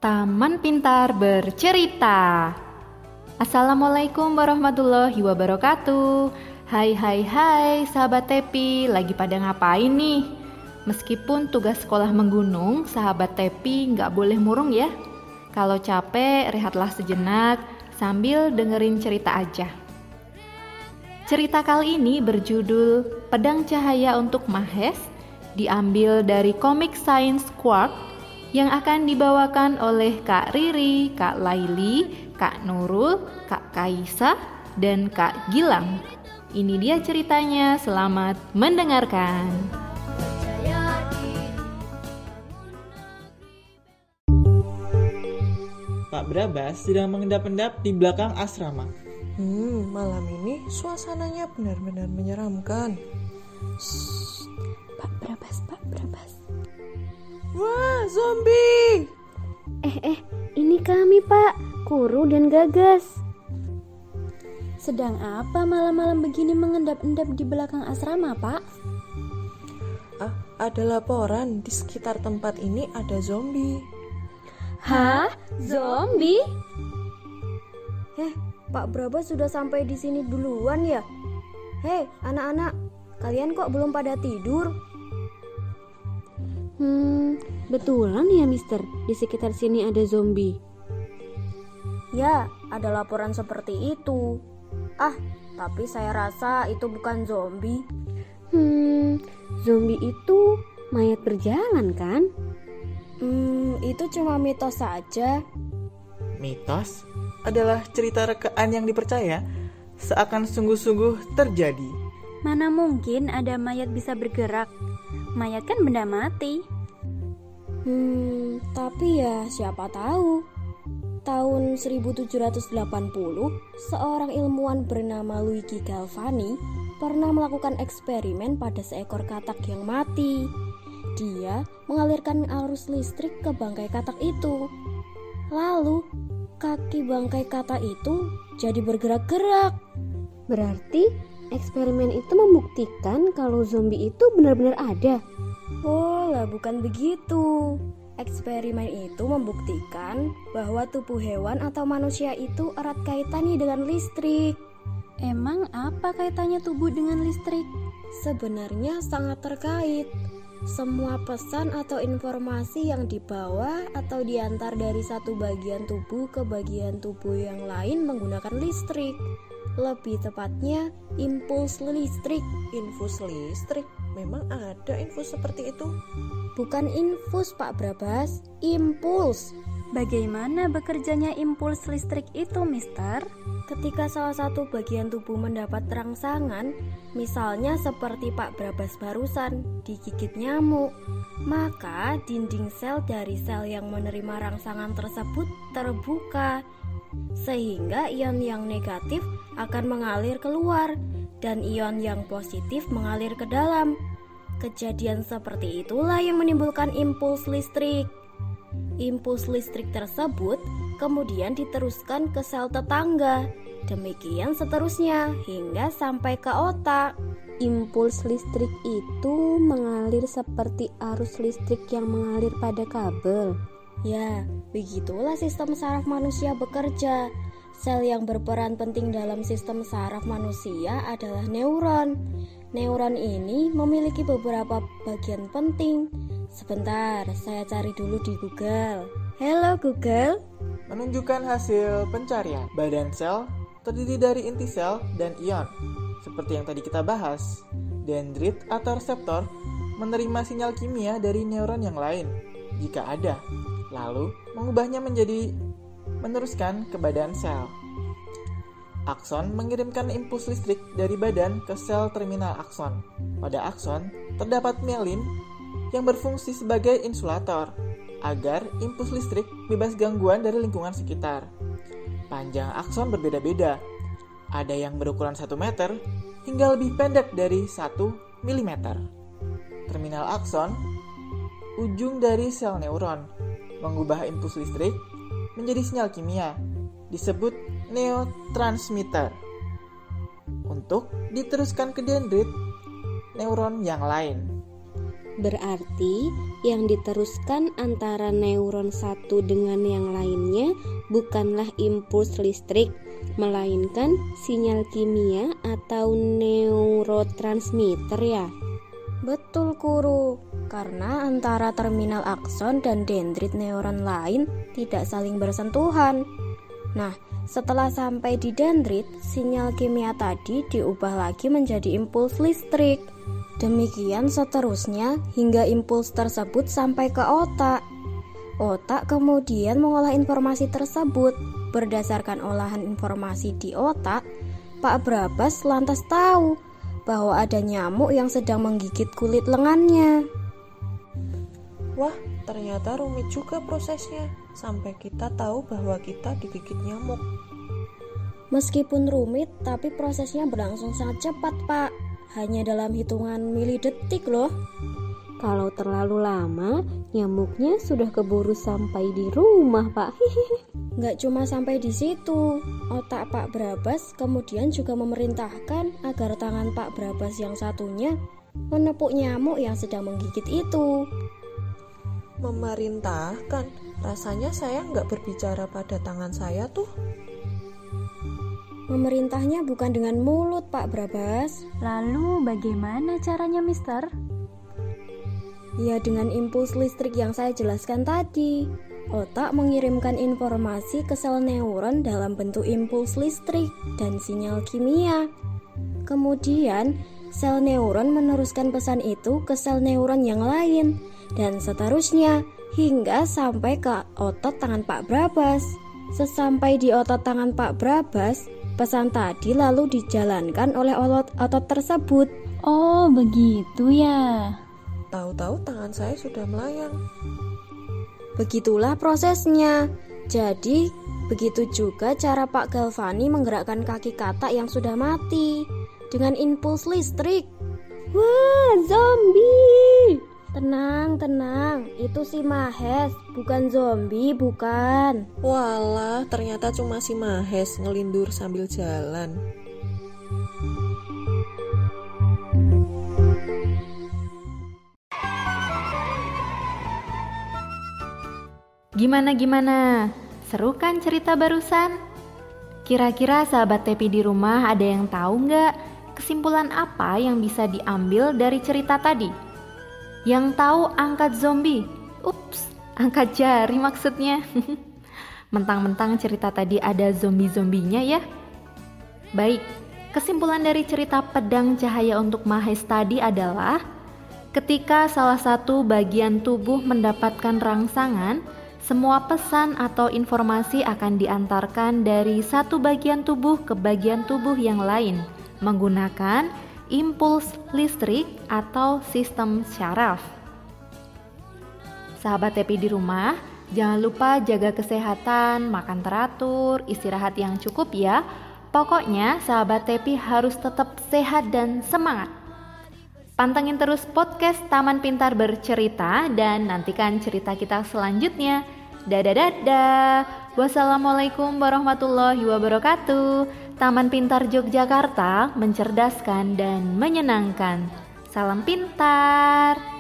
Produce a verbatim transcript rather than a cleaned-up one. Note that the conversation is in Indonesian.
Taman Pintar Bercerita. Assalamualaikum warahmatullahi wabarakatuh. Hai hai hai sahabat Tepi, lagi pada ngapain nih? Meskipun tugas sekolah menggunung, sahabat Tepi nggak boleh murung ya. Kalau capek, rehatlah sejenak sambil dengerin cerita aja. Cerita kali ini berjudul Pedang Cahaya untuk Mahes, diambil dari komik Science Quark yang akan dibawakan oleh Kak Riri, Kak Laili, Kak Nurul, Kak Kaisa, dan Kak Gilang. Ini dia ceritanya, selamat mendengarkan. Pak Brabas sedang mengendap-endap di belakang asrama. Hmm, malam ini suasananya benar-benar menyeramkan. Shh, Pak Brabas, Pak Brabas. Wah, zombie! Eh, eh, ini kami, Pak. Kuru dan Gagas. Sedang apa malam-malam begini mengendap-endap di belakang asrama, Pak? Ah, ada laporan di sekitar tempat ini ada zombie. Hah? Zombie? Eh, Pak Brabas sudah sampai di sini duluan ya? Hei, anak-anak, kalian kok belum pada tidur? Hmm, betulan ya mister, di sekitar sini ada zombie. Ya, ada laporan seperti itu. Ah, tapi saya rasa itu bukan zombie. Hmm, zombie itu mayat berjalan kan? Hmm, itu cuma mitos saja. Mitos adalah cerita rekaan yang dipercaya seakan sungguh-sungguh terjadi. Mana mungkin ada mayat bisa bergerak? Mayat kan benda mati. Hmm, tapi ya siapa tahu. Tahun seribu tujuh ratus delapan puluh, seorang ilmuwan bernama Luigi Galvani pernah melakukan eksperimen pada seekor katak yang mati. Dia mengalirkan arus listrik ke bangkai katak itu. Lalu, kaki bangkai katak itu jadi bergerak-gerak. Berarti eksperimen itu membuktikan kalau zombie itu benar-benar ada. Oh, lah bukan begitu. Eksperimen itu membuktikan bahwa tubuh hewan atau manusia itu erat kaitannya dengan listrik. Emang apa kaitannya tubuh dengan listrik? Sebenarnya sangat terkait. Semua pesan atau informasi yang dibawa atau diantar dari satu bagian tubuh ke bagian tubuh yang lain menggunakan listrik. Lebih tepatnya, impuls listrik. Infus listrik? Memang ada infus seperti itu? Bukan infus, Pak Brabas, impuls. Bagaimana bekerjanya impuls listrik itu, mister? Ketika salah satu bagian tubuh mendapat rangsangan, misalnya seperti Pak Brabas barusan digigit nyamuk, maka dinding sel dari sel yang menerima rangsangan tersebut terbuka, sehingga ion yang negatif akan mengalir keluar dan ion yang positif mengalir ke dalam. Kejadian seperti itulah yang menimbulkan impuls listrik. Impuls listrik tersebut kemudian diteruskan ke sel tetangga. Demikian seterusnya hingga sampai ke otak. Impuls listrik itu mengalir seperti arus listrik yang mengalir pada kabel. Ya, begitulah sistem saraf manusia bekerja. Sel yang berperan penting dalam sistem saraf manusia adalah neuron. Neuron ini memiliki beberapa bagian penting. Sebentar, saya cari dulu di Google. Halo Google. Menunjukkan hasil pencarian. Badan sel terdiri dari inti sel dan ion. Seperti yang tadi kita bahas, dendrit atau reseptor menerima sinyal kimia dari neuron yang lain jika ada, lalu mengubahnya menjadi meneruskan ke badan sel. Akson mengirimkan impuls listrik dari badan ke sel terminal akson. Pada akson terdapat mielin yang berfungsi sebagai insulator agar impuls listrik bebas gangguan dari lingkungan sekitar. Panjang akson berbeda-beda. Ada yang berukuran satu meter hingga lebih pendek dari satu milimeter. Terminal akson, ujung dari sel neuron, mengubah impuls listrik menjadi sinyal kimia, disebut neurotransmitter, untuk diteruskan ke dendrit neuron yang lain. Berarti yang diteruskan antara neuron satu dengan yang lainnya bukanlah impuls listrik, melainkan sinyal kimia atau neurotransmitter ya? Betul Guru, karena antara terminal akson dan dendrit neuron lain tidak saling bersentuhan. Nah, setelah sampai di dendrit, sinyal kimia tadi diubah lagi menjadi impuls listrik. Demikian seterusnya hingga impuls tersebut sampai ke otak. Otak kemudian mengolah informasi tersebut. Berdasarkan olahan informasi di otak, Pak Brabas lantas tahu bahwa ada nyamuk yang sedang menggigit kulit lengannya. Wah, ternyata rumit juga prosesnya, sampai kita tahu bahwa kita digigit nyamuk. Meskipun rumit, tapi prosesnya berlangsung sangat cepat, Pak. Hanya dalam hitungan milidetik loh. Kalau terlalu lama, nyamuknya sudah keburu sampai di rumah, Pak. Nggak cuma sampai di situ, otak Pak Brabas kemudian juga memerintahkan agar tangan Pak Brabas yang satunya menepuk nyamuk yang sedang menggigit itu. Memerintahkan? Rasanya saya nggak berbicara pada tangan saya tuh. Memerintahnya bukan dengan mulut, Pak Brabas. Lalu bagaimana caranya, Mister? Ya, dengan impuls listrik yang saya jelaskan tadi. Otak mengirimkan informasi ke sel neuron dalam bentuk impuls listrik dan sinyal kimia. Kemudian, sel neuron meneruskan pesan itu ke sel neuron yang lain, dan seterusnya hingga sampai ke otot tangan Pak Brabas. Sesampai di otot tangan Pak Brabas, pesan tadi lalu dijalankan oleh otot, otot tersebut. Oh, begitu ya. Tahu-tahu tangan saya sudah melayang. Begitulah prosesnya. Jadi, begitu juga cara Pak Galvani menggerakkan kaki katak yang sudah mati dengan impuls listrik. Wah, zombie! Tenang, tenang. Itu si Mahes, bukan zombie, bukan. Walah, ternyata cuma si Mahes ngelindur sambil jalan. Gimana-gimana? Seru kan cerita barusan? Kira-kira sahabat Tepi di rumah ada yang tahu nggak kesimpulan apa yang bisa diambil dari cerita tadi? Yang tahu angkat zombie? Ups, angkat jari maksudnya. Mentang-mentang cerita tadi ada zombie-zombinya ya. Baik, kesimpulan dari cerita pedang cahaya untuk Mahes tadi adalah ketika salah satu bagian tubuh mendapatkan rangsangan, semua pesan atau informasi akan diantarkan dari satu bagian tubuh ke bagian tubuh yang lain menggunakan impuls listrik atau sistem syaraf. Sahabat Tepi di rumah, jangan lupa jaga kesehatan, makan teratur, istirahat yang cukup ya. Pokoknya sahabat Tepi harus tetap sehat dan semangat. Pantengin terus podcast Taman Pintar Bercerita dan nantikan cerita kita selanjutnya. Dadah dadah. Wassalamualaikum warahmatullahi wabarakatuh. Taman Pintar Yogyakarta, mencerdaskan dan menyenangkan. Salam pintar.